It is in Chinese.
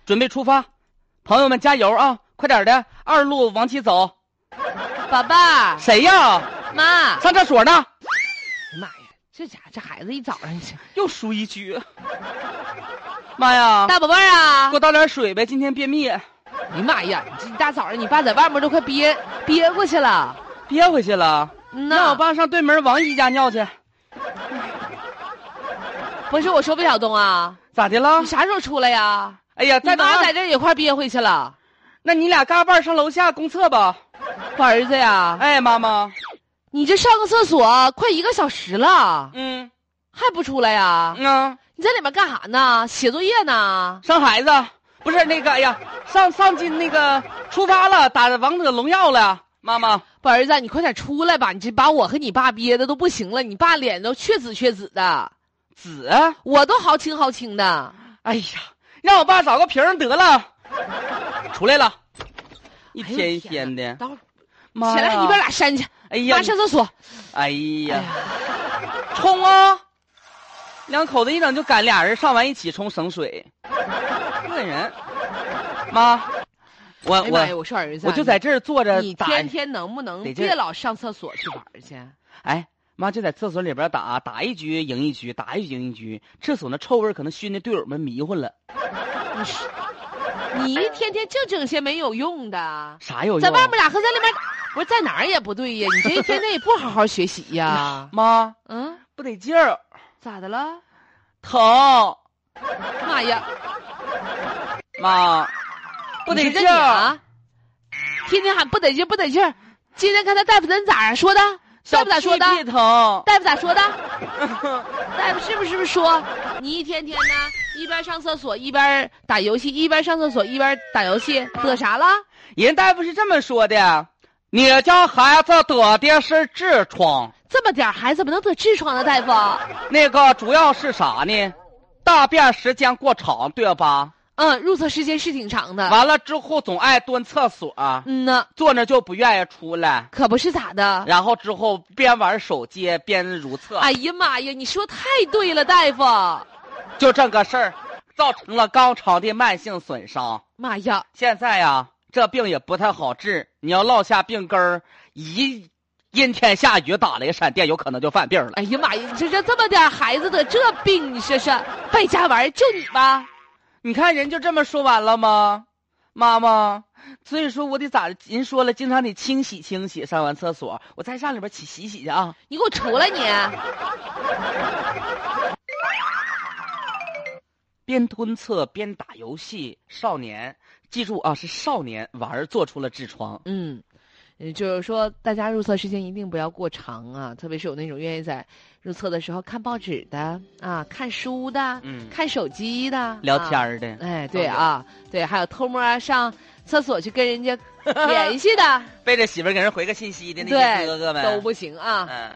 准备出发，朋友们加油啊！快点的，2路往起走。 宝贝儿， 谁呀？ 妈， 上厕所呢。 妈呀，这孩子一早上又输一局。妈呀！ 大宝贝儿啊， 给我倒点水呗，今天便秘。 哎呀妈呀，这大早上你爸在外面都快憋过去了， 憋回去了。让我爸上对门王姨家尿去。 不是我说魏小东啊， 咋的了？ 你啥时候出来呀？ 哎呀， 你妈在这也快憋回去了。 那你俩嘎巴上楼下公厕吧。 我儿子呀， 哎，妈妈， 你这上个厕所快1个小时了，还不出来呀？你在里面干啥呢？写作业呢？ 生孩子。不是那个，哎呀，上进那个出发了，打王者荣耀了。妈妈， 不，儿子，你快点出来吧！你这把我和你爸憋的都不行了，你爸脸都血紫的。 紫？ 我都好青的。 哎呀，让我爸找个瓶得了。出来了，一天一天的。 等会儿， 妈起来，一边俩扇去。 哎呀， 妈上厕所。 哎呀，冲啊！两口子一整就赶，俩人上完一起冲省水。个人，妈，我说儿子， 我就在这儿坐着。 你天天能不能别老上厕所去玩去？ 哎，妈就在厕所里边打一局赢一局，打一局赢一局。厕所那臭味可能熏的队友们迷糊了。 你一天天就整些没有用的。 啥有用？ 在外面俩和在里面，不是在哪儿也不对呀！你这一天天也不好好学习呀。 妈，不得劲儿。 咋的了？ 疼。 妈呀！ 妈，不得劲儿啊！天天喊不得劲儿。今天看他大夫咱咋说的？大夫咋说的？ 屁疼。 大夫咋说的？大夫是不是说你一天天呢一边上厕所一边打游戏，一边上厕所一边打游戏，得啥了？ 人大夫是这么说的，你家孩子得的是痔疮。 这么点孩子怎么能得痔疮呢？大夫， 那个主要是啥呢？大便时间过长，对吧？ 入厕时间是挺长的。 完了之后总爱蹲厕所。坐那就不愿意出来。 可不是咋的。 然后之后边玩手机边如厕。 哎呀妈呀，你说太对了，大夫。 就这个事儿，造成了肛肠的慢性损伤。 妈呀！ 现在呀，这病也不太好治。你要落下病根儿，阴天下雨打雷闪电，有可能就犯病了。 哎呀妈呀，你这么点孩子得这病，你说是败家玩就你吧？ 你看人就这么说完了吗？妈妈，所以说我得咋？人说了，经常得清洗，上完厕所我再上里边洗洗去啊！ 你给我出来你！ 边蹲厕边打游戏，少年，记住啊，是少年玩做出了痔疮。 就是说大家入厕时间一定不要过长啊，特别是有那种愿意在入厕的时候看报纸的啊，看书的，看手机的， 聊天的。 哎，对啊，对，还有偷摸上厕所去跟人家联系的， 背着媳妇儿给人回个信息的那些哥哥们都不行啊。